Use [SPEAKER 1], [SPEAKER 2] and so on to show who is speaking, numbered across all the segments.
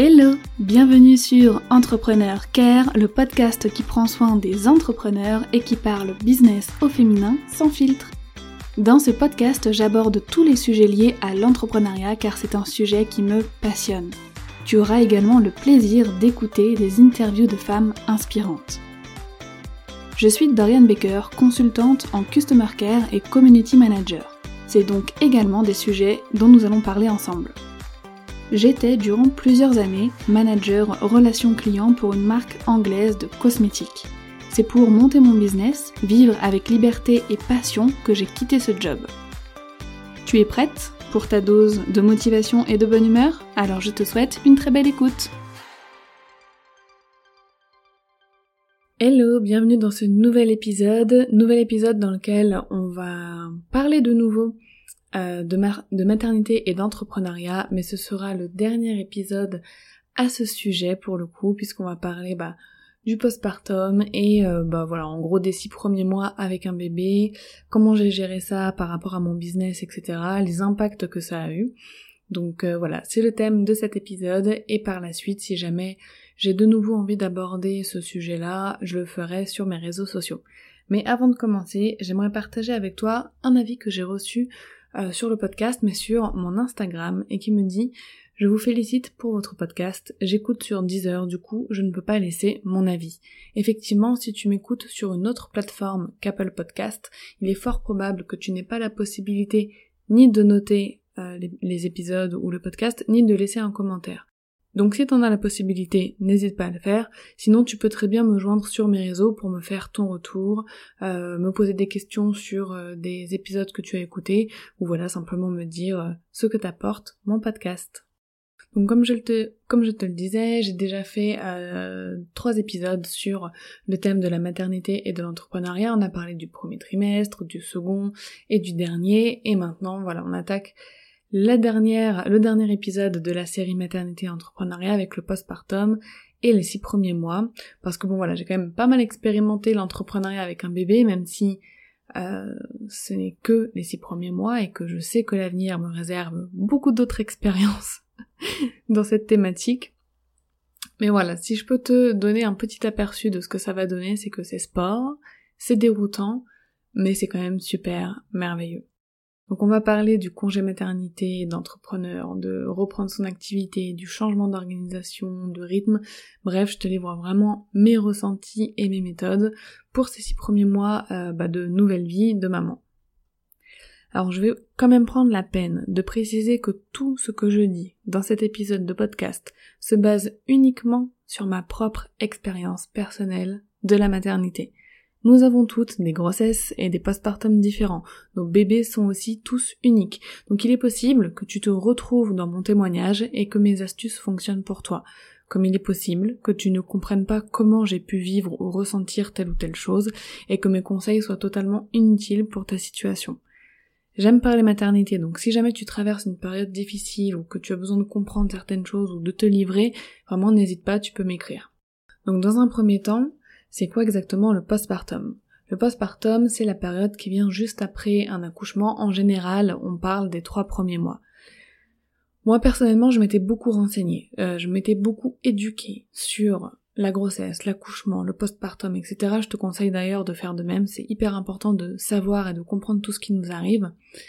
[SPEAKER 1] Hello, bienvenue sur Entrepreneur Care, le podcast qui prend soin des entrepreneurs et qui parle business au féminin sans filtre. Dans ce podcast, j'aborde tous les sujets liés à l'entrepreneuriat car c'est un sujet qui me passionne. Tu auras également le plaisir d'écouter des interviews de femmes inspirantes. Je suis Dorian Baker, consultante en Customer Care et Community Manager. C'est donc également des sujets dont nous allons parler ensemble. J'étais durant plusieurs années manager relations clients pour une marque anglaise de cosmétiques. C'est pour monter mon business, vivre avec liberté et passion que j'ai quitté ce job. Tu es prête pour ta dose de motivation et de bonne humeur? Alors je te souhaite une très belle écoute. Hello, bienvenue dans ce nouvel épisode dans lequel on va parler de nouveau de maternité et d'entrepreneuriat, mais ce sera le dernier épisode à ce sujet pour le coup, puisqu'on va parler du postpartum et en gros des 6 premiers mois avec un bébé, comment j'ai géré ça par rapport à mon business, etc., les impacts que ça a eu. Donc voilà, c'est le thème de cet épisode, et par la suite, si jamais j'ai de nouveau envie d'aborder ce sujet-là, je le ferai sur mes réseaux sociaux. Mais avant de commencer, j'aimerais partager avec toi un avis que j'ai reçu sur le podcast, mais sur mon Instagram, et qui me dit « Je vous félicite pour votre podcast, j'écoute sur Deezer, du coup je ne peux pas laisser mon avis. » Effectivement, si tu m'écoutes sur une autre plateforme qu'Apple Podcast, il est fort probable que tu n'aies pas la possibilité ni de noter les épisodes ou le podcast, ni de laisser un commentaire. Donc si t'en as la possibilité, n'hésite pas à le faire, sinon tu peux très bien me joindre sur mes réseaux pour me faire ton retour, me poser des questions sur des épisodes que tu as écoutés, ou voilà, simplement me dire ce que t'apporte mon podcast. Donc comme je te le disais, j'ai déjà fait 3 épisodes sur le thème de la maternité et de l'entrepreneuriat. On a parlé du premier trimestre, du second et du dernier, et maintenant voilà, on attaque le dernier épisode de la série maternité et entrepreneuriat avec le postpartum et les 6 premiers mois, parce que j'ai quand même pas mal expérimenté l'entrepreneuriat avec un bébé, même si ce n'est que les 6 premiers mois et que je sais que l'avenir me réserve beaucoup d'autres expériences dans cette thématique. Mais voilà, si je peux te donner un petit aperçu de ce que ça va donner, c'est que c'est sport, c'est déroutant, mais c'est quand même super merveilleux. Donc on va parler du congé maternité, d'entrepreneur, de reprendre son activité, du changement d'organisation, de rythme. Bref, je te livre vraiment mes ressentis et mes méthodes pour ces 6 premiers mois de nouvelle vie de maman. Alors je vais quand même prendre la peine de préciser que tout ce que je dis dans cet épisode de podcast se base uniquement sur ma propre expérience personnelle de la maternité. Nous avons toutes des grossesses et des postpartums différents. Nos bébés sont aussi tous uniques. Donc il est possible que tu te retrouves dans mon témoignage et que mes astuces fonctionnent pour toi. Comme il est possible que tu ne comprennes pas comment j'ai pu vivre ou ressentir telle ou telle chose et que mes conseils soient totalement inutiles pour ta situation. J'aime parler maternité, donc si jamais tu traverses une période difficile ou que tu as besoin de comprendre certaines choses ou de te livrer, vraiment n'hésite pas, tu peux m'écrire. Donc dans un premier temps, c'est quoi exactement le postpartum? Le postpartum, c'est la période qui vient juste après un accouchement. En général, on parle des 3 premiers mois. Moi, personnellement, je m'étais beaucoup renseignée. Je m'étais beaucoup éduquée sur la grossesse, l'accouchement, le postpartum, etc. Je te conseille d'ailleurs de faire de même. C'est hyper important de savoir et de comprendre tout ce qui nous arrive.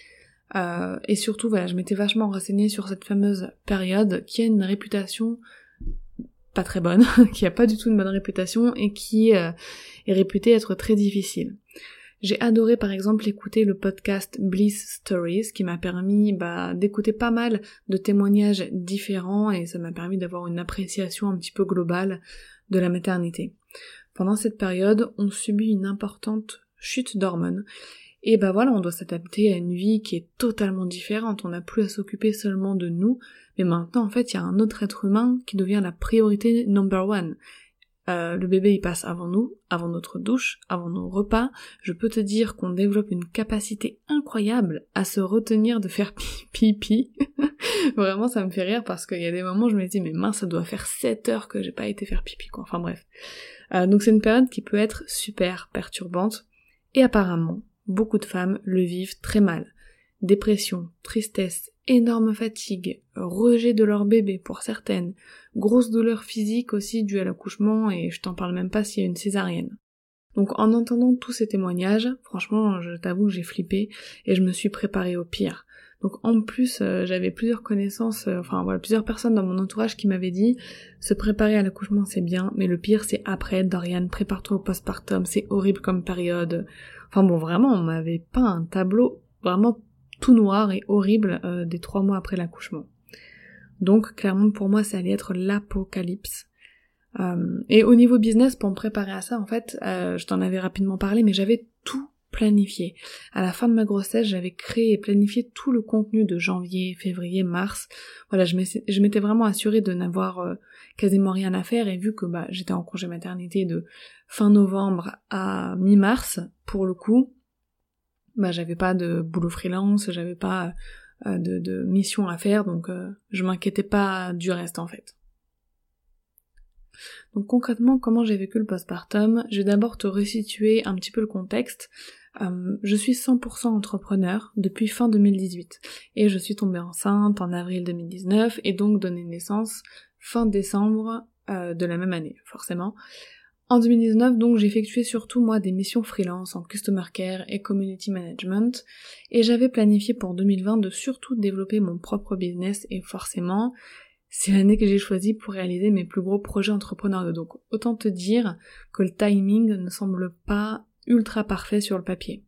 [SPEAKER 1] Et surtout, je m'étais vachement renseignée sur cette fameuse période qui a une réputation pas très bonne, qui a pas du tout une bonne réputation et qui est réputée être très difficile. J'ai adoré par exemple écouter le podcast Bliss Stories qui m'a permis d'écouter pas mal de témoignages différents et ça m'a permis d'avoir une appréciation un petit peu globale de la maternité. Pendant cette période, on subit une importante chute d'hormones et on doit s'adapter à une vie qui est totalement différente. On n'a plus à s'occuper seulement de nous, mais maintenant en fait il y a un autre être humain qui devient la priorité number 1. Le bébé il passe avant nous, avant notre douche, avant nos repas. Je peux te dire qu'on développe une capacité incroyable à se retenir de faire pipi. Vraiment ça me fait rire parce qu'il y a des moments où je me dis mais mince ça doit faire 7 heures que j'ai pas été faire pipi quoi. Enfin bref. Donc c'est une période qui peut être super perturbante et apparemment beaucoup de femmes le vivent très mal. Dépression, tristesse, énorme fatigue, rejet de leur bébé pour certaines, grosse douleur physique aussi due à l'accouchement et je t'en parle même pas s'il y a une césarienne. Donc en entendant tous ces témoignages, franchement je t'avoue que j'ai flippé et je me suis préparée au pire. Donc en plus j'avais plusieurs connaissances, plusieurs personnes dans mon entourage qui m'avaient dit se préparer à l'accouchement c'est bien, mais le pire c'est après, Dorian, prépare-toi au postpartum, c'est horrible comme période. Enfin bon vraiment on m'avait peint un tableau vraiment tout noir et horrible des 3 mois après l'accouchement. Donc clairement pour moi ça allait être l'apocalypse. Et au niveau business, pour me préparer à ça, en fait, je t'en avais rapidement parlé, mais j'avais tout planifié. À la fin de ma grossesse, j'avais créé et planifié tout le contenu de janvier, février, mars. Voilà, je m'étais vraiment assurée de n'avoir quasiment rien à faire, et vu que j'étais en congé maternité de fin novembre à mi-mars, pour le coup, j'avais pas de boulot freelance, j'avais pas de mission à faire, donc je m'inquiétais pas du reste en fait. Donc concrètement, comment j'ai vécu le postpartum? Je vais d'abord te resituer un petit peu le contexte. Je suis 100% entrepreneur depuis fin 2018 et je suis tombée enceinte en avril 2019 et donc donné naissance fin décembre de la même année, forcément. En 2019, donc, j'ai effectué surtout, moi, des missions freelance en customer care et community management, et j'avais planifié pour 2020 de surtout développer mon propre business, et forcément, c'est l'année que j'ai choisie pour réaliser mes plus gros projets entrepreneuriaux. Donc, autant te dire que le timing ne semble pas ultra parfait sur le papier.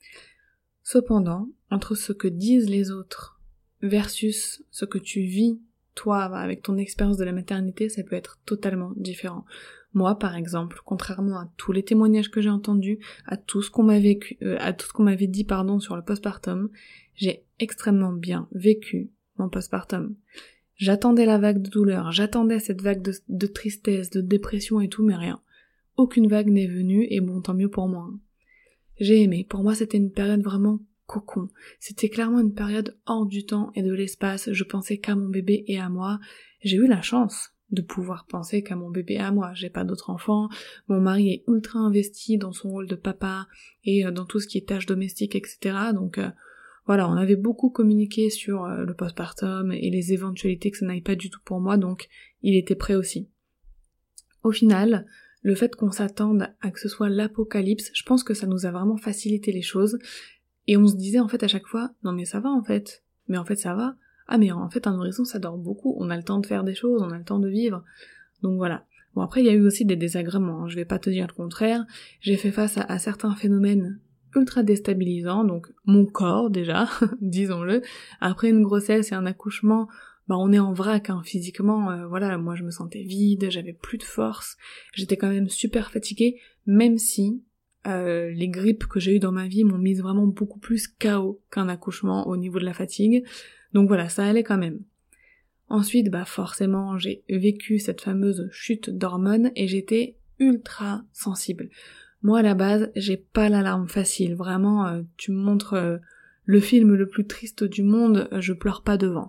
[SPEAKER 1] Cependant, entre ce que disent les autres versus ce que tu vis, toi, avec ton expérience de la maternité, ça peut être totalement différent. Moi, par exemple, contrairement à tous les témoignages que j'ai entendus, à tout ce qu'on m'avait dit, sur le postpartum, j'ai extrêmement bien vécu mon postpartum. J'attendais la vague de douleur, j'attendais cette vague de tristesse, de dépression et tout, mais rien. Aucune vague n'est venue, et bon, tant mieux pour moi. J'ai aimé. Pour moi, c'était une période vraiment cocon. C'était clairement une période hors du temps et de l'espace. Je pensais qu'à mon bébé et à moi. J'ai eu la chance de pouvoir penser qu'à mon bébé et à moi. J'ai pas d'autres enfants. Mon mari est ultra investi dans son rôle de papa et dans tout ce qui est tâches domestiques, etc. Donc voilà, on avait beaucoup communiqué sur le postpartum et les éventualités que ça n'aille pas du tout pour moi, donc il était prêt aussi. Au final, le fait qu'on s'attende à que ce soit l'apocalypse, je pense que ça nous a vraiment facilité les choses, et on se disait en fait à chaque fois, non mais ça va en fait, mais en fait ça va, ah mais en fait un nourrisson ça dort beaucoup, on a le temps de faire des choses, on a le temps de vivre, donc voilà. Bon après il y a eu aussi des désagréments, je vais pas te dire le contraire, j'ai fait face à certains phénomènes ultra déstabilisants, donc mon corps déjà, disons-le, après une grossesse et un accouchement, on est en vrac, physiquement, voilà, moi je me sentais vide, j'avais plus de force, j'étais quand même super fatiguée, même si les grippes que j'ai eues dans ma vie m'ont mise vraiment beaucoup plus KO qu'un accouchement au niveau de la fatigue, donc voilà, ça allait quand même. Ensuite, forcément, j'ai vécu cette fameuse chute d'hormones et j'étais ultra sensible. Moi, à la base, j'ai pas l'alarme facile, vraiment, tu me montres le film le plus triste du monde, je pleure pas devant.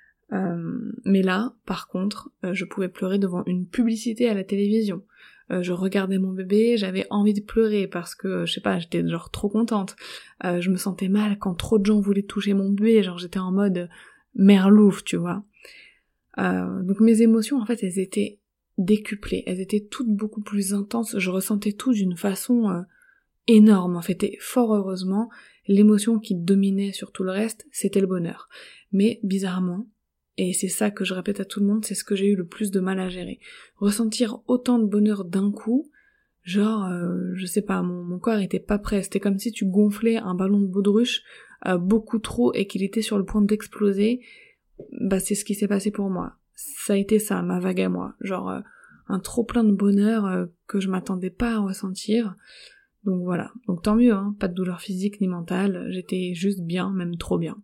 [SPEAKER 1] Mais là, par contre, je pouvais pleurer devant une publicité à la télévision. Je regardais mon bébé, j'avais envie de pleurer parce que, je sais pas, j'étais genre trop contente. Je me sentais mal quand trop de gens voulaient toucher mon bébé, genre j'étais en mode merlouf, tu vois. Donc mes émotions, en fait, elles étaient décuplées, elles étaient toutes beaucoup plus intenses, je ressentais tout d'une façon énorme, en fait, et fort heureusement, l'émotion qui dominait sur tout le reste, c'était le bonheur. Mais bizarrement, et c'est ça que je répète à tout le monde, c'est ce que j'ai eu le plus de mal à gérer. Ressentir autant de bonheur d'un coup, genre, je sais pas, mon corps était pas prêt, c'était comme si tu gonflais un ballon de baudruche beaucoup trop et qu'il était sur le point d'exploser. C'est ce qui s'est passé pour moi. Ça a été ça, ma vague à moi. Genre, un trop plein de bonheur que je m'attendais pas à ressentir. Donc voilà. Donc tant mieux, pas de douleur physique ni mentale, j'étais juste bien, même trop bien.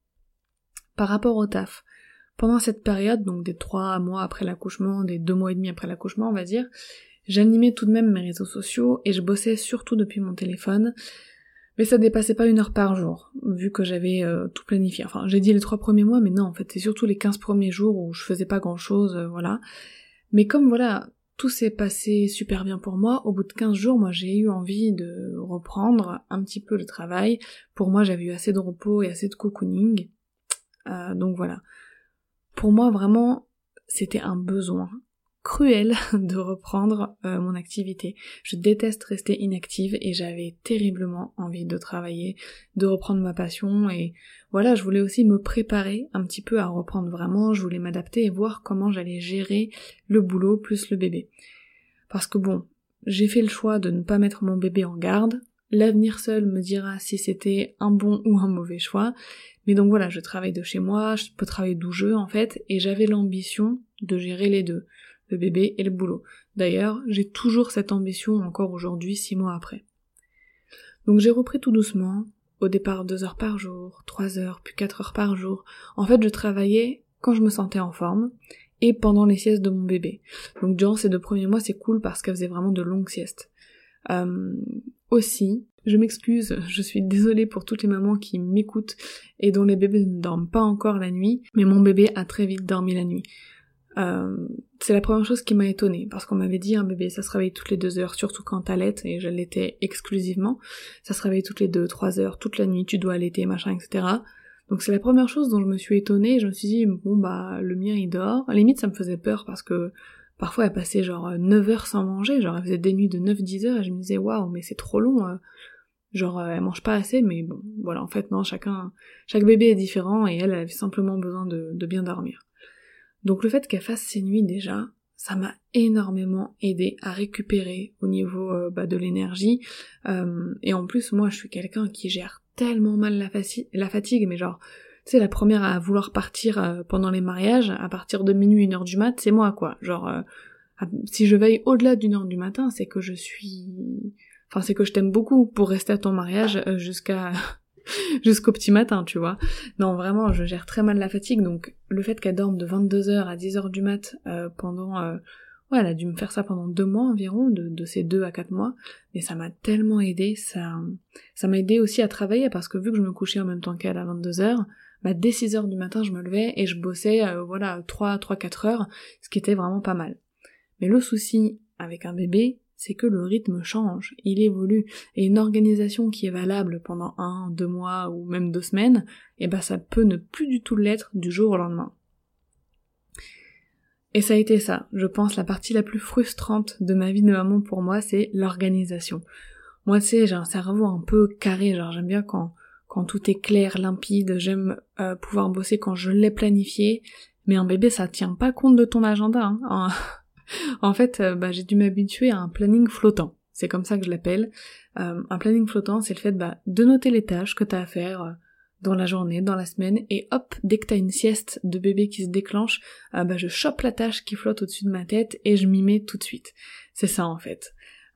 [SPEAKER 1] Par rapport au taf, pendant cette période, donc des 3 mois après l'accouchement, des 2 mois et demi après l'accouchement, on va dire, j'animais tout de même mes réseaux sociaux et je bossais surtout depuis mon téléphone, mais ça dépassait pas 1 heure par jour, vu que j'avais tout planifié. Enfin, j'ai dit les 3 premiers mois, mais non, en fait, c'est surtout les 15 premiers jours où je faisais pas grand-chose, voilà. Mais comme voilà, tout s'est passé super bien pour moi, au bout de 15 jours, moi j'ai eu envie de reprendre un petit peu le travail. Pour moi, j'avais eu assez de repos et assez de cocooning. Donc voilà. Pour moi, vraiment, c'était un besoin cruel de reprendre mon activité. Je déteste rester inactive et j'avais terriblement envie de travailler, de reprendre ma passion et voilà, je voulais aussi me préparer un petit peu à reprendre vraiment, je voulais m'adapter et voir comment j'allais gérer le boulot plus le bébé. Parce que bon, j'ai fait le choix de ne pas mettre mon bébé en garde, l'avenir seul me dira si c'était un bon ou un mauvais choix, mais donc voilà, je travaille de chez moi, je peux travailler d'où je veux en fait, et j'avais l'ambition de gérer les deux, le bébé et le boulot. D'ailleurs, j'ai toujours cette ambition encore aujourd'hui, 6 mois après. Donc j'ai repris tout doucement, au départ 2 heures par jour, 3 heures, puis 4 heures par jour. En fait, je travaillais quand je me sentais en forme, et pendant les siestes de mon bébé. Donc durant ces 2 premiers mois, c'est cool parce qu'elle faisait vraiment de longues siestes. Aussi, je m'excuse, je suis désolée pour toutes les mamans qui m'écoutent et dont les bébés ne dorment pas encore la nuit, mais mon bébé a très vite dormi la nuit. C'est la première chose qui m'a étonnée, parce qu'on m'avait dit un bébé ça se réveille toutes les 2 heures, surtout quand t'allaites, et je l'aitais exclusivement, ça se réveille toutes les 2-3 heures, toute la nuit, tu dois allaiter, machin, etc. Donc c'est la première chose dont je me suis étonnée, et je me suis dit, bon bah, le mien il dort, à la limite ça me faisait peur, parce que parfois elle passait genre 9 heures sans manger, genre elle faisait des nuits de 9-10 heures, et je me disais, waouh, mais c'est trop long, elle mange pas assez, mais bon, voilà, en fait non, chaque bébé est différent, et elle avait simplement besoin de bien dormir. Donc le fait qu'elle fasse ses nuits déjà, ça m'a énormément aidé à récupérer au niveau de l'énergie, et en plus moi je suis quelqu'un qui gère tellement mal la fatigue, mais genre, tu sais, la première à vouloir partir pendant les mariages, à partir de minuit, 1h du mat, c'est moi quoi, genre, si je veille au-delà d'1h du matin, c'est que c'est que je t'aime beaucoup pour rester à ton mariage jusqu'au petit matin, tu vois. Non, vraiment, je gère très mal la fatigue, donc le fait qu'elle dorme de 22h à 10h du mat elle a dû me faire ça pendant 2 mois environ, de ces 2 à 4 mois, mais ça m'a tellement aidé, ça m'a aidé aussi à travailler, parce que vu que je me couchais en même temps qu'elle à 22h, dès 6h du matin, je me levais et je bossais, 3-4 heures, ce qui était vraiment pas mal. Mais le souci avec un bébé, c'est que le rythme change, il évolue, et une organisation qui est valable pendant 1-2 mois ou même 2 semaines, ça peut ne plus du tout l'être du jour au lendemain. Et ça a été ça, je pense, la partie la plus frustrante de ma vie de maman pour moi, c'est l'organisation. Moi, tu sais, j'ai un cerveau un peu carré, genre j'aime bien quand tout est clair, limpide, j'aime pouvoir bosser quand je l'ai planifié, mais un bébé ça tient pas compte de ton agenda, hein. En fait, j'ai dû m'habituer à un planning flottant. C'est comme ça que je l'appelle. Un planning flottant, c'est le fait de noter les tâches que t'as à faire dans la journée, dans la semaine, et hop, dès que t'as une sieste de bébé qui se déclenche, je chope la tâche qui flotte au-dessus de ma tête et je m'y mets tout de suite. C'est ça en fait.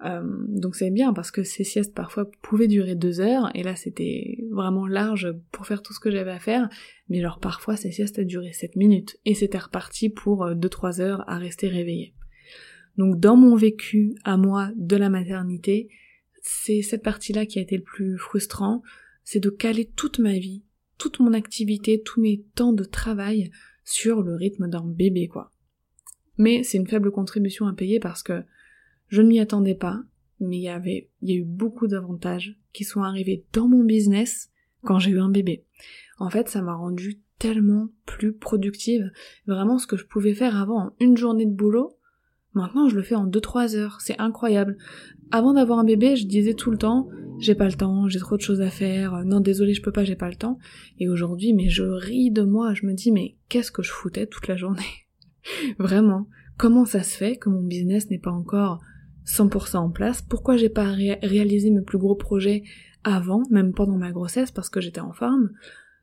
[SPEAKER 1] Donc c'est bien parce que ces siestes parfois pouvaient durer 2 heures, et là c'était vraiment large pour faire tout ce que j'avais à faire, mais genre parfois ces siestes a duré 7 minutes, et c'était reparti pour 2-3 heures à rester réveillée. Donc dans mon vécu à moi de la maternité, c'est cette partie-là qui a été le plus frustrant, c'est de caler toute ma vie, toute mon activité, tous mes temps de travail sur le rythme d'un bébé quoi. Mais c'est une faible contribution à payer parce que je ne m'y attendais pas, mais il y a eu beaucoup d'avantages qui sont arrivés dans mon business quand j'ai eu un bébé. En fait, ça m'a rendue tellement plus productive. Vraiment, ce que je pouvais faire avant en une journée de boulot, maintenant je le fais en 2-3 heures. C'est incroyable. Avant d'avoir un bébé, je disais tout le temps, j'ai pas le temps, j'ai trop de choses à faire, non désolé je peux pas, j'ai pas le temps. Et aujourd'hui, mais je ris de moi, je me dis mais qu'est-ce que je foutais toute la journée? Vraiment, comment ça se fait que mon business n'est pas encore 100% en place? Pourquoi j'ai pas réalisé mes plus gros projets avant, même pendant ma grossesse, parce que j'étais en forme?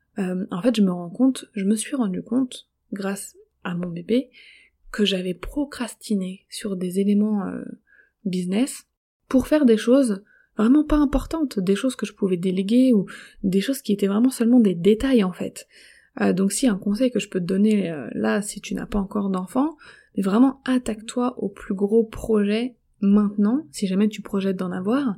[SPEAKER 1] En fait, je me suis rendu compte, grâce à mon bébé, que j'avais procrastiné sur des éléments business pour faire des choses vraiment pas importantes, des choses que je pouvais déléguer ou des choses qui étaient vraiment seulement des détails en fait. Donc si un conseil que je peux te donner là, si tu n'as pas encore d'enfant, mais vraiment attaque-toi aux plus gros projets maintenant, si jamais tu projettes d'en avoir,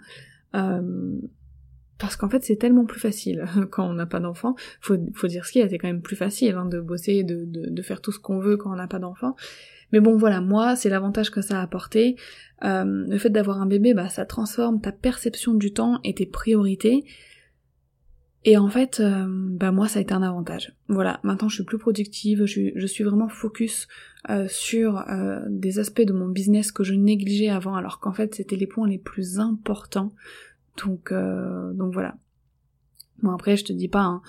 [SPEAKER 1] parce qu'en fait c'est tellement plus facile quand on n'a pas d'enfant. Faut dire ce qu'il y a, c'est quand même plus facile de bosser, de faire tout ce qu'on veut quand on n'a pas d'enfant. Mais bon voilà, moi c'est l'avantage que ça a apporté. Le fait d'avoir un bébé, ça transforme ta perception du temps et tes priorités. Et en fait, moi ça a été un avantage. Voilà, maintenant je suis plus productive, je suis vraiment focus sur des aspects de mon business que je négligeais avant, alors qu'en fait c'était les points les plus importants. Donc voilà. Bon après je te dis pas,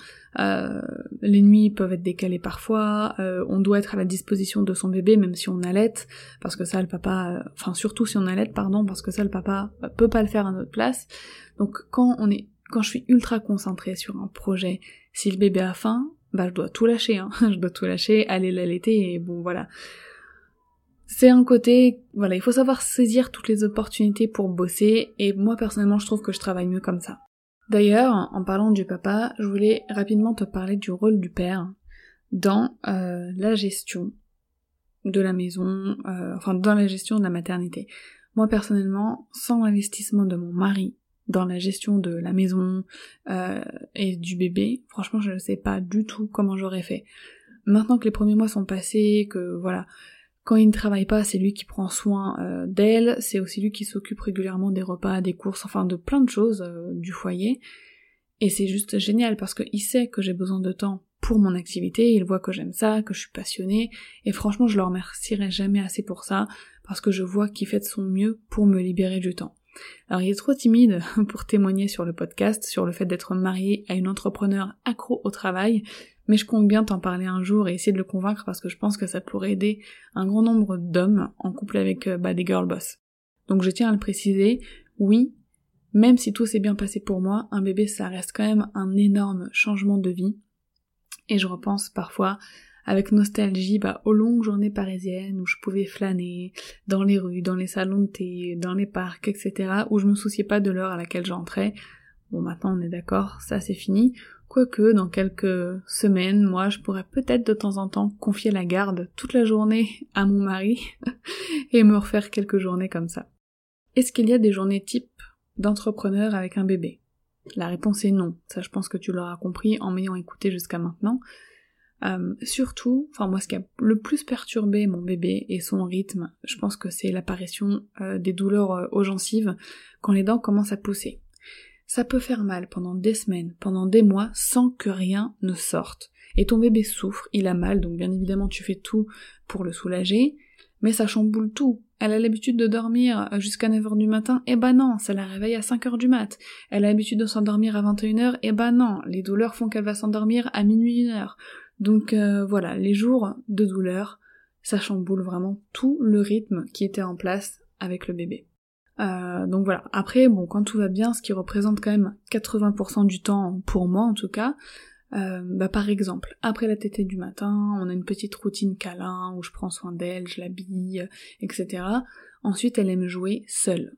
[SPEAKER 1] les nuits peuvent être décalées parfois, on doit être à la disposition de son bébé même si on allaite, parce que ça le papa, surtout si on allaite pardon, parce que ça le papa peut pas le faire à notre place. Donc quand je suis ultra concentrée sur un projet, si le bébé a faim, je dois tout lâcher, je dois tout lâcher, aller l'allaiter et bon voilà. C'est un côté, voilà, il faut savoir saisir toutes les opportunités pour bosser et moi personnellement je trouve que je travaille mieux comme ça. D'ailleurs, en parlant du papa, je voulais rapidement te parler du rôle du père dans la gestion de la maison, dans la gestion de la maternité. Moi personnellement, sans l'investissement de mon mari dans la gestion de la maison et du bébé, franchement je ne sais pas du tout comment j'aurais fait. Maintenant que les premiers mois sont passés, que voilà, quand il ne travaille pas, c'est lui qui prend soin d'elle, c'est aussi lui qui s'occupe régulièrement des repas, des courses, de plein de choses du foyer. Et c'est juste génial parce qu'il sait que j'ai besoin de temps pour mon activité, il voit que j'aime ça, que je suis passionnée, et franchement je le remercierai jamais assez pour ça, parce que je vois qu'il fait de son mieux pour me libérer du temps. Alors il est trop timide pour témoigner sur le podcast, sur le fait d'être marié à une entrepreneure accro au travail, mais je compte bien t'en parler un jour et essayer de le convaincre parce que je pense que ça pourrait aider un grand nombre d'hommes en couple avec des girl boss. Donc je tiens à le préciser, oui, même si tout s'est bien passé pour moi, un bébé ça reste quand même un énorme changement de vie, et je repense parfois avec nostalgie aux longues journées parisiennes où je pouvais flâner dans les rues, dans les salons de thé, dans les parcs, etc., où je me souciais pas de l'heure à laquelle j'entrais. Bon, maintenant on est d'accord, ça c'est fini. Quoique, dans quelques semaines, moi, je pourrais peut-être de temps en temps confier la garde toute la journée à mon mari et me refaire quelques journées comme ça. Est-ce qu'il y a des journées type d'entrepreneur avec un bébé ? La réponse est non. Ça, je pense que tu l'auras compris en m'ayant écouté jusqu'à maintenant. Surtout, moi, ce qui a le plus perturbé mon bébé et son rythme, je pense que c'est l'apparition des douleurs aux gencives quand les dents commencent à pousser. Ça peut faire mal pendant des semaines, pendant des mois, sans que rien ne sorte. Et ton bébé souffre, il a mal, donc bien évidemment tu fais tout pour le soulager, mais ça chamboule tout. Elle a l'habitude de dormir jusqu'à 9h du matin, non, ça la réveille à 5h du mat. Elle a l'habitude de s'endormir à 21h, non, les douleurs font qu'elle va s'endormir à minuit 1h. Donc voilà, les jours de douleur, ça chamboule vraiment tout le rythme qui était en place avec le bébé. Donc voilà, après, quand tout va bien, ce qui représente quand même 80% du temps, pour moi en tout cas, par exemple, après la tétée du matin, on a une petite routine câlin, où je prends soin d'elle, je l'habille, etc. Ensuite, elle aime jouer seule.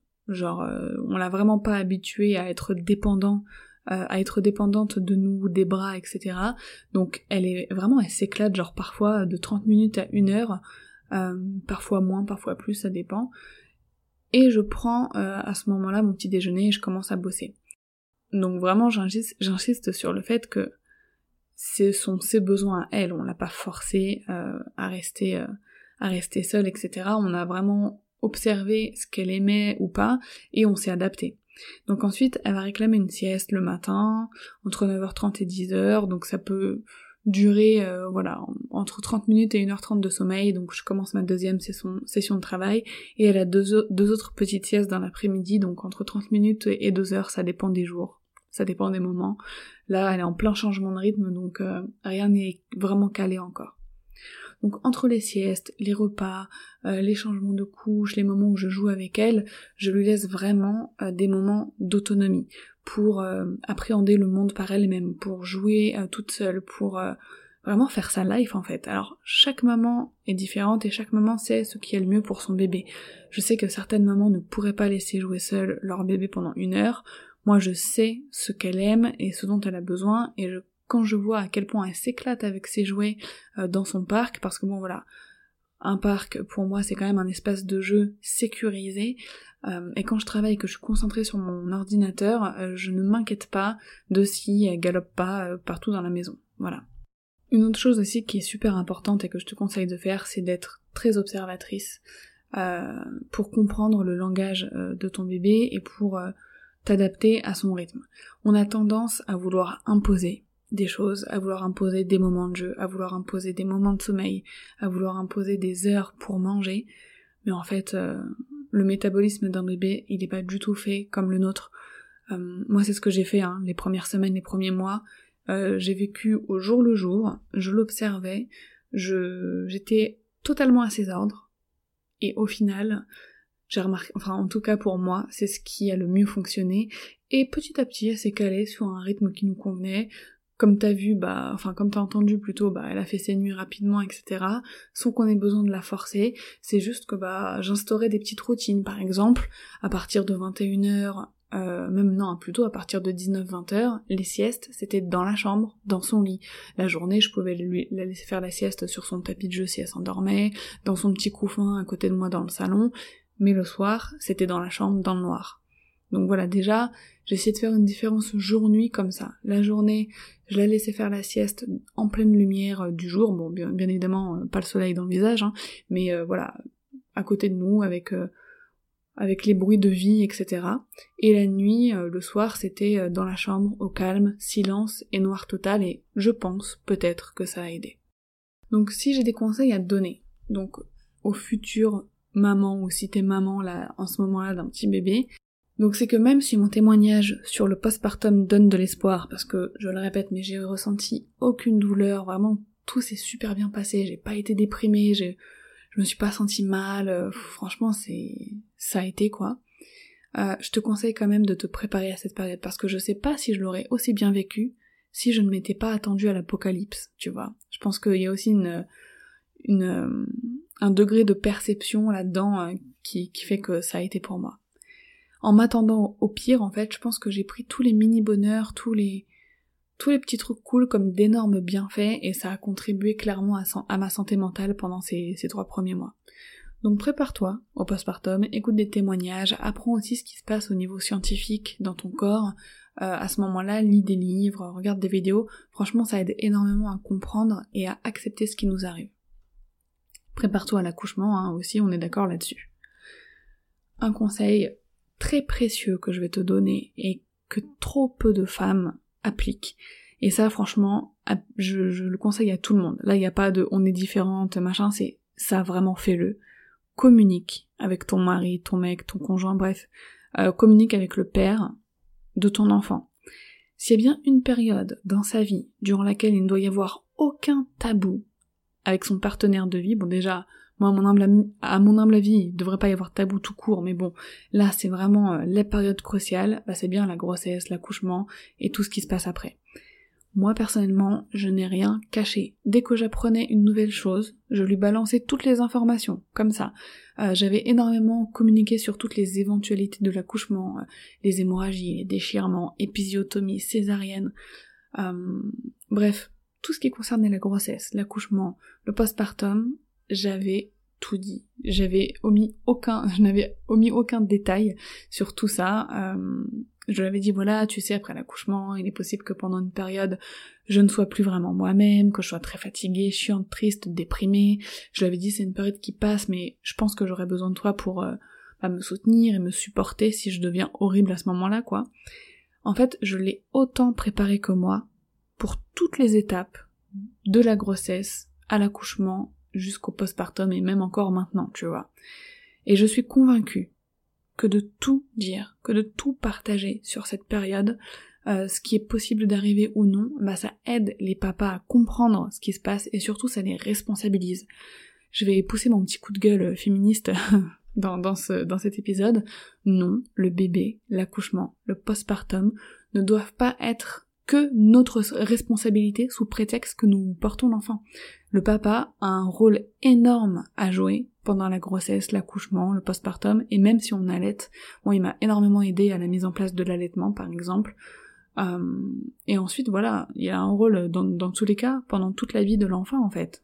[SPEAKER 1] On l'a vraiment pas habituée à être dépendante de nous, des bras, etc. Donc elle s'éclate parfois de 30 minutes à 1 heure, parfois moins, parfois plus, ça dépend. Et je prends à ce moment-là mon petit déjeuner et je commence à bosser. Donc vraiment j'insiste sur le fait que ce sont ses besoins à elle, on l'a pas forcée à rester seule, etc. On a vraiment observé ce qu'elle aimait ou pas et on s'est adapté. Donc ensuite elle va réclamer une sieste le matin, entre 9h30 et 10h, donc ça peut durer entre 30 minutes et 1h30 de sommeil, donc je commence ma deuxième session de travail, et elle a deux autres petites siestes dans l'après-midi, donc entre 30 minutes et 2h, ça dépend des jours, ça dépend des moments. Là, elle est en plein changement de rythme, donc rien n'est vraiment calé encore. Donc entre les siestes, les repas, les changements de couches, les moments où je joue avec elle, je lui laisse vraiment des moments d'autonomie pour appréhender le monde par elle-même, pour jouer toute seule, pour vraiment faire sa life en fait. Alors chaque maman est différente et chaque maman sait ce qui est le mieux pour son bébé. Je sais que certaines mamans ne pourraient pas laisser jouer seule leur bébé pendant 1 heure. Moi je sais ce qu'elle aime et ce dont elle a besoin, et quand je vois à quel point elle s'éclate avec ses jouets dans son parc, parce que un parc pour moi c'est quand même un espace de jeu sécurisé, et quand je travaille et que je suis concentrée sur mon ordinateur, je ne m'inquiète pas de si elle galope pas partout dans la maison, voilà. Une autre chose aussi qui est super importante et que je te conseille de faire, c'est d'être très observatrice pour comprendre le langage de ton bébé et pour t'adapter à son rythme. On a tendance à vouloir imposer des choses, à vouloir imposer des moments de jeu, à vouloir imposer des moments de sommeil, à vouloir imposer des heures pour manger, mais en fait, le métabolisme d'un bébé, il est pas du tout fait comme le nôtre. Moi, c'est ce que j'ai fait, les premières semaines, les premiers mois. J'ai vécu au jour le jour, je l'observais, j'étais totalement à ses ordres, et au final, j'ai remarqué, enfin en tout cas pour moi, c'est ce qui a le mieux fonctionné, et petit à petit, elle s'est calée sur un rythme qui nous convenait. Comme t'as vu, comme t'as entendu plutôt, elle a fait ses nuits rapidement, etc. Sans qu'on ait besoin de la forcer. C'est juste que j'instaurais des petites routines. Par exemple, à partir de 21h, plutôt à partir de 19-20h, les siestes, c'était dans la chambre, dans son lit. La journée, je pouvais la laisser faire la sieste sur son tapis de jeu si elle s'endormait, dans son petit couffin à côté de moi dans le salon, mais le soir, c'était dans la chambre, dans le noir. Donc voilà, déjà, j'ai essayé de faire une différence jour-nuit comme ça. La journée, je la laissais faire la sieste en pleine lumière du jour, bon, bien évidemment, pas le soleil dans le visage, mais voilà, à côté de nous, avec les bruits de vie, etc. Et la nuit, le soir, c'était dans la chambre, au calme, silence et noir total, et je pense, peut-être, que ça a aidé. Donc si j'ai des conseils à te donner, donc aux futures mamans, ou si t'es maman là, en ce moment-là, d'un petit bébé, donc c'est que même si mon témoignage sur le postpartum donne de l'espoir, parce que, je le répète, mais j'ai ressenti aucune douleur, vraiment, tout s'est super bien passé, j'ai pas été déprimée, je me suis pas sentie mal, franchement ça a été quoi. Je te conseille quand même de te préparer à cette période, parce que je sais pas si je l'aurais aussi bien vécu si je ne m'étais pas attendue à l'apocalypse, tu vois. Je pense qu'il y a aussi un degré de perception là-dedans qui fait que ça a été pour moi. En m'attendant au pire, en fait, je pense que j'ai pris tous les mini-bonheurs, tous les petits trucs cool comme d'énormes bienfaits, et ça a contribué clairement à ma santé mentale pendant ces 3 premiers mois. Donc prépare-toi au postpartum, écoute des témoignages, apprends aussi ce qui se passe au niveau scientifique dans ton corps, à ce moment-là, lis des livres, regarde des vidéos, franchement ça aide énormément à comprendre et à accepter ce qui nous arrive. Prépare-toi à l'accouchement, aussi, on est d'accord là-dessus. Un conseil très précieux que je vais te donner et que trop peu de femmes appliquent. Et ça, franchement, je le conseille à tout le monde. Là, il n'y a pas de on est différente, machin, c'est ça, vraiment fais-le. Communique avec ton mari, ton mec, ton conjoint, bref. Communique avec le père de ton enfant. S'il y a bien une période dans sa vie durant laquelle il ne doit y avoir aucun tabou avec son partenaire de vie, bon déjà, moi, à mon humble avis, il devrait pas y avoir tabou tout court, mais bon, là, c'est vraiment la période cruciale, c'est bien la grossesse, l'accouchement, et tout ce qui se passe après. Moi, personnellement, je n'ai rien caché. Dès que j'apprenais une nouvelle chose, je lui balançais toutes les informations, comme ça. J'avais énormément communiqué sur toutes les éventualités de l'accouchement, les hémorragies, les déchirements, épisiotomie, césarienne, bref, tout ce qui concernait la grossesse, l'accouchement, le postpartum, j'avais tout dit. Je n'avais omis aucun détail sur tout ça. Je lui avais dit, voilà, tu sais, après l'accouchement, il est possible que pendant une période, je ne sois plus vraiment moi-même, que je sois très fatiguée, chiante, triste, déprimée. Je lui avais dit, c'est une période qui passe, mais je pense que j'aurais besoin de toi pour me soutenir et me supporter si je deviens horrible à ce moment-là, quoi. En fait, je l'ai autant préparé que moi pour toutes les étapes de la grossesse à l'accouchement jusqu'au postpartum et même encore maintenant, tu vois. Et je suis convaincue que de tout dire, que de tout partager sur cette période, ce qui est possible d'arriver ou non, ça aide les papas à comprendre ce qui se passe et surtout ça les responsabilise. Je vais pousser mon petit coup de gueule féministe dans cet épisode. Non, le bébé, l'accouchement, le postpartum ne doivent pas être que notre responsabilité sous prétexte que nous portons l'enfant. Le papa a un rôle énorme à jouer pendant la grossesse, l'accouchement, le postpartum, et même si on allaite, il m'a énormément aidé à la mise en place de l'allaitement par exemple, et ensuite voilà, il a un rôle dans tous les cas, pendant toute la vie de l'enfant en fait.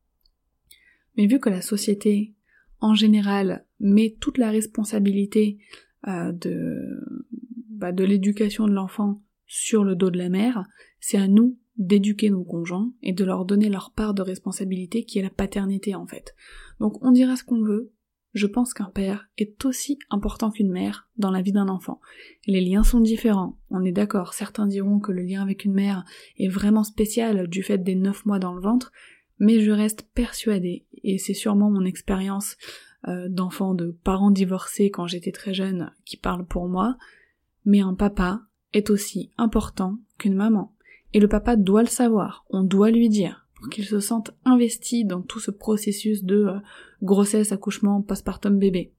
[SPEAKER 1] Mais vu que la société, en général, met toute la responsabilité de l'éducation de l'enfant sur le dos de la mère, c'est à nous d'éduquer nos conjoints et de leur donner leur part de responsabilité qui est la paternité en fait. Donc on dira ce qu'on veut, je pense qu'un père est aussi important qu'une mère dans la vie d'un enfant. Les liens sont différents, on est d'accord, certains diront que le lien avec une mère est vraiment spécial du fait des 9 mois dans le ventre, mais je reste persuadée, et c'est sûrement mon expérience d'enfant de parents divorcés quand j'étais très jeune qui parle pour moi, mais un papa est aussi important qu'une maman. Et le papa doit le savoir, on doit lui dire, pour qu'il se sente investi dans tout ce processus de grossesse, accouchement, postpartum bébé.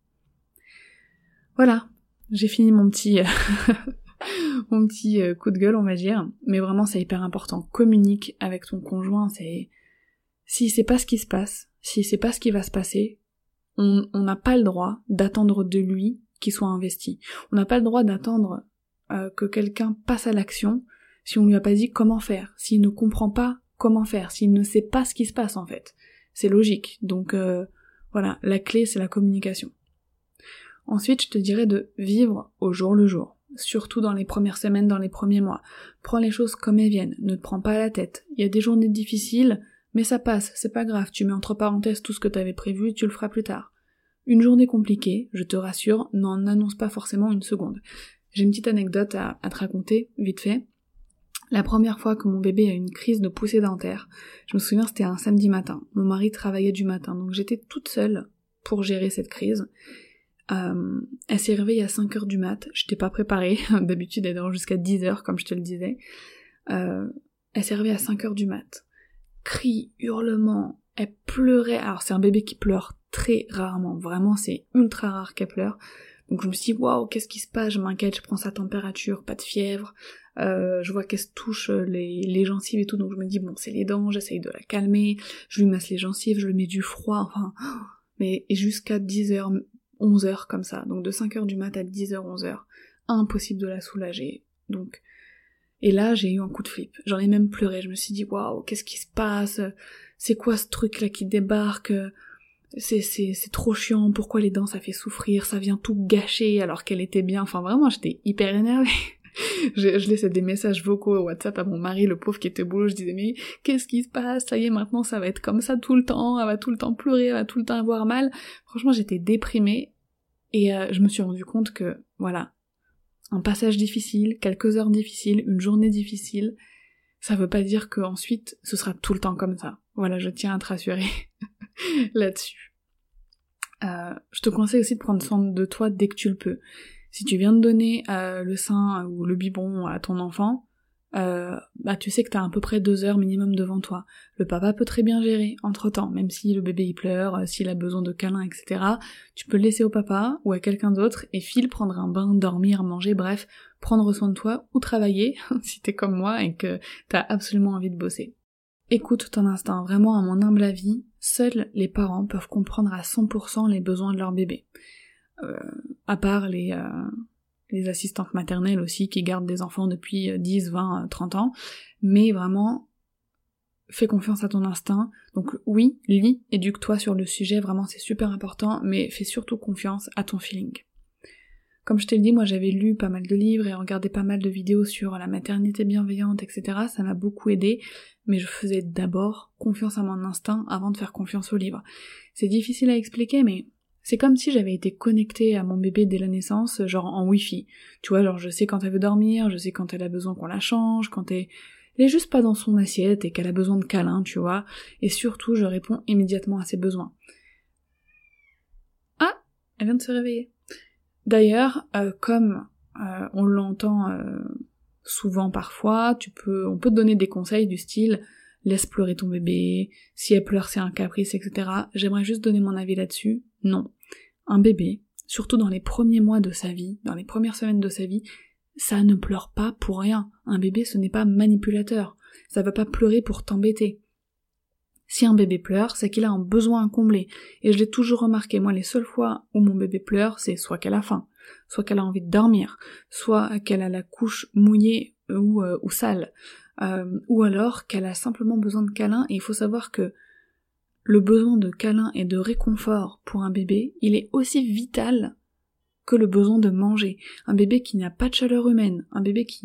[SPEAKER 1] Voilà, j'ai fini mon petit mon petit coup de gueule, on va dire, mais vraiment c'est hyper important. Communique avec ton conjoint, s'il sait pas ce qui se passe, s'il sait pas ce qui va se passer, on n'a pas le droit d'attendre de lui qu'il soit investi. On n'a pas le droit d'attendre que quelqu'un passe à l'action si on lui a pas dit comment faire, s'il ne comprend pas comment faire, s'il ne sait pas ce qui se passe en fait. C'est logique, donc voilà, la clé c'est la communication. Ensuite, je te dirais de vivre au jour le jour, surtout dans les premières semaines, dans les premiers mois. Prends les choses comme elles viennent, ne te prends pas la tête. Il y a des journées difficiles, mais ça passe, c'est pas grave, tu mets entre parenthèses tout ce que t'avais prévu et tu le feras plus tard. Une journée compliquée, je te rassure, n'en annonce pas forcément une seconde. J'ai une petite anecdote à te raconter, vite fait. La première fois que mon bébé a eu une crise de poussée dentaire, je me souviens c'était un samedi matin. Mon mari travaillait du matin, donc j'étais toute seule pour gérer cette crise. Elle s'est réveillée à 5h du mat, j'étais pas préparée, d'habitude elle dort jusqu'à 10h comme je te le disais. Elle s'est réveillée à 5h du mat. Cris, hurlements, elle pleurait, alors c'est un bébé qui pleure très rarement, vraiment c'est ultra rare qu'elle pleure. Donc je me suis dit waouh, qu'est-ce qui se passe, je m'inquiète, je prends sa température, pas de fièvre, je vois qu'elle se touche les gencives et tout, donc je me dis bon c'est les dents, j'essaye de la calmer, je lui masse les gencives, je lui mets du froid, enfin, mais jusqu'à 10h, 11h comme ça, donc de 5h du mat à 10h, 11h, impossible de la soulager, donc... Et là, j'ai eu un coup de flip. J'en ai même pleuré. Je me suis dit, waouh, qu'est-ce qui se passe? C'est quoi ce truc-là qui débarque? C'est trop chiant. Pourquoi les dents, ça fait souffrir? Ça vient tout gâcher alors qu'elle était bien. Enfin, vraiment, j'étais hyper énervée. je laissais des messages vocaux au WhatsApp à mon mari, le pauvre qui était au boulot. Je disais, mais qu'est-ce qui se passe? Ça y est, maintenant, ça va être comme ça tout le temps. Elle va tout le temps pleurer, elle va tout le temps avoir mal. Franchement, j'étais déprimée. Et je me suis rendu compte que, voilà, un passage difficile, quelques heures difficiles, une journée difficile, ça veut pas dire qu'ensuite ce sera tout le temps comme ça. Voilà, je tiens à te rassurer là-dessus. Je te conseille aussi de prendre soin de toi dès que tu le peux. Si tu viens de donner le sein ou le biberon à ton enfant, tu sais que t'as à peu près 2 heures minimum devant toi. Le papa peut très bien gérer entre-temps, même si le bébé il pleure, s'il a besoin de câlins, etc. Tu peux le laisser au papa ou à quelqu'un d'autre et file prendre un bain, dormir, manger, bref, prendre soin de toi ou travailler, si t'es comme moi et que t'as absolument envie de bosser. Écoute ton instinct, vraiment à mon humble avis, seuls les parents peuvent comprendre à 100% les besoins de leur bébé. À part les assistantes maternelles aussi qui gardent des enfants depuis 10, 20, 30 ans, mais vraiment, fais confiance à ton instinct. Donc oui, lis, éduque-toi sur le sujet, vraiment c'est super important, mais fais surtout confiance à ton feeling. Comme je t'ai dit, moi j'avais lu pas mal de livres et regardé pas mal de vidéos sur la maternité bienveillante, etc. Ça m'a beaucoup aidé, mais je faisais d'abord confiance à mon instinct avant de faire confiance aux livres. C'est difficile à expliquer, mais c'est comme si j'avais été connectée à mon bébé dès la naissance, genre en wifi. Tu vois, genre je sais quand elle veut dormir, je sais quand elle a besoin qu'on la change, quand elle est juste pas dans son assiette et qu'elle a besoin de câlins, tu vois. Et surtout, je réponds immédiatement à ses besoins. Ah, elle vient de se réveiller. D'ailleurs, comme on l'entend souvent parfois, on peut te donner des conseils du style laisse pleurer ton bébé, si elle pleure c'est un caprice, etc. J'aimerais juste donner mon avis là-dessus. Non. Un bébé, surtout dans les premiers mois de sa vie, dans les premières semaines de sa vie, ça ne pleure pas pour rien. Un bébé, ce n'est pas manipulateur. Ça va pas pleurer pour t'embêter. Si un bébé pleure, c'est qu'il a un besoin à combler. Et je l'ai toujours remarqué, moi les seules fois où mon bébé pleure, c'est soit qu'elle a faim, soit qu'elle a envie de dormir, soit qu'elle a la couche mouillée ou sale, ou alors qu'elle a simplement besoin de câlin. Et il faut savoir que le besoin de câlin et de réconfort pour un bébé, il est aussi vital que le besoin de manger. Un bébé qui n'a pas de chaleur humaine, un bébé qui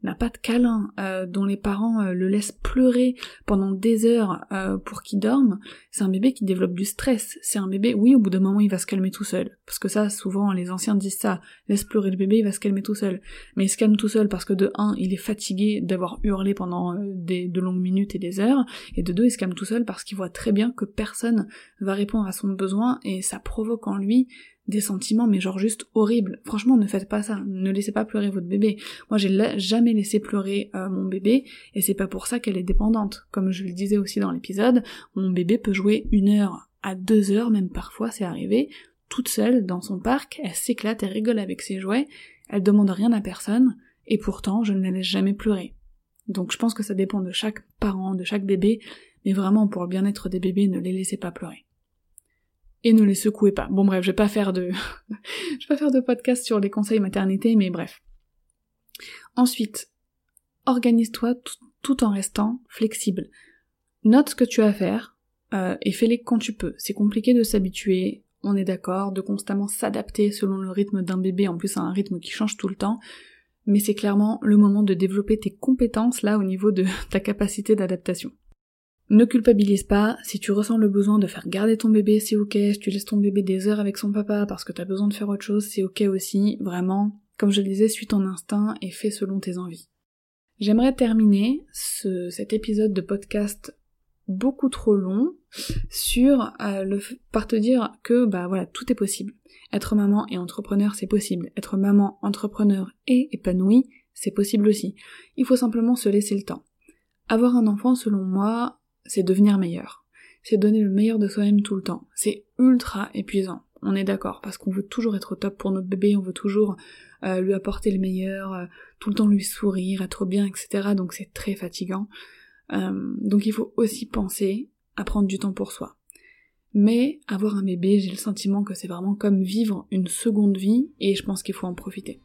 [SPEAKER 1] n'a pas de câlin, dont les parents le laissent pleurer pendant des heures pour qu'il dorme, c'est un bébé qui développe du stress. C'est un bébé, oui, au bout d'un moment il va se calmer tout seul, parce que ça, souvent les anciens disent ça, laisse pleurer le bébé, il va se calmer tout seul. Mais il se calme tout seul parce que de 1, il est fatigué d'avoir hurlé pendant de longues minutes et des heures, et de 2, il se calme tout seul parce qu'il voit très bien que personne va répondre à son besoin, et ça provoque en lui des sentiments mais genre juste horribles. Franchement, ne faites pas ça, ne laissez pas pleurer votre bébé. Moi j'ai jamais laissé pleurer mon bébé, et c'est pas pour ça qu'elle est dépendante. Comme je le disais aussi dans l'épisode, mon bébé peut jouer 1 heure à 2 heures, même parfois c'est arrivé, toute seule dans son parc, elle s'éclate, elle rigole avec ses jouets, elle demande rien à personne, et pourtant je ne la laisse jamais pleurer. Donc je pense que ça dépend de chaque parent, de chaque bébé, mais vraiment pour le bien-être des bébés, ne les laissez pas pleurer. Et ne les secouez pas. Bon bref, je vais pas faire de podcast sur les conseils maternité, mais bref. Ensuite, organise-toi tout en restant flexible. Note ce que tu as à faire, et fais-les quand tu peux. C'est compliqué de s'habituer, on est d'accord, de constamment s'adapter selon le rythme d'un bébé, en plus à un rythme qui change tout le temps, mais c'est clairement le moment de développer tes compétences là au niveau de ta capacité d'adaptation. Ne culpabilise pas, si tu ressens le besoin de faire garder ton bébé, c'est ok, si tu laisses ton bébé des heures avec son papa parce que t'as besoin de faire autre chose, c'est ok aussi, vraiment, comme je le disais, suis ton instinct et fais selon tes envies. J'aimerais terminer cet épisode de podcast beaucoup trop long par te dire que voilà, tout est possible. Être maman et entrepreneur, c'est possible. Être maman, entrepreneur et épanouie, c'est possible aussi. Il faut simplement se laisser le temps. Avoir un enfant, selon moi, c'est devenir meilleur. C'est donner le meilleur de soi-même tout le temps. C'est ultra épuisant, on est d'accord, parce qu'on veut toujours être au top pour notre bébé, on veut toujours lui apporter le meilleur, tout le temps lui sourire, être bien, etc. Donc c'est très fatigant. Donc il faut aussi penser à prendre du temps pour soi. Mais avoir un bébé, j'ai le sentiment que c'est vraiment comme vivre une seconde vie, et je pense qu'il faut en profiter.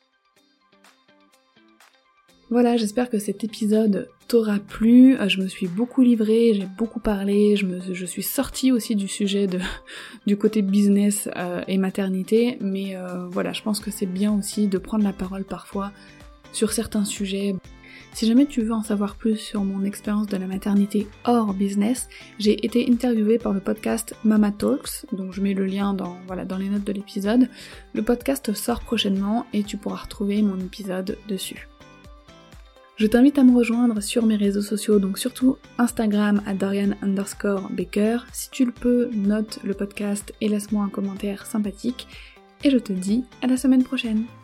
[SPEAKER 1] Voilà, j'espère que cet épisode t'aura plu, je me suis beaucoup livrée, j'ai beaucoup parlé, je suis sortie aussi du sujet du côté business et maternité, mais voilà, je pense que c'est bien aussi de prendre la parole parfois sur certains sujets. Si jamais tu veux en savoir plus sur mon expérience de la maternité hors business, j'ai été interviewée par le podcast Mama Talks, donc je mets le lien dans les notes de l'épisode. Le podcast sort prochainement et tu pourras retrouver mon épisode dessus. Je t'invite à me rejoindre sur mes réseaux sociaux, donc surtout Instagram @Dorian_Baker. Si tu le peux, note le podcast et laisse-moi un commentaire sympathique. Et je te dis à la semaine prochaine.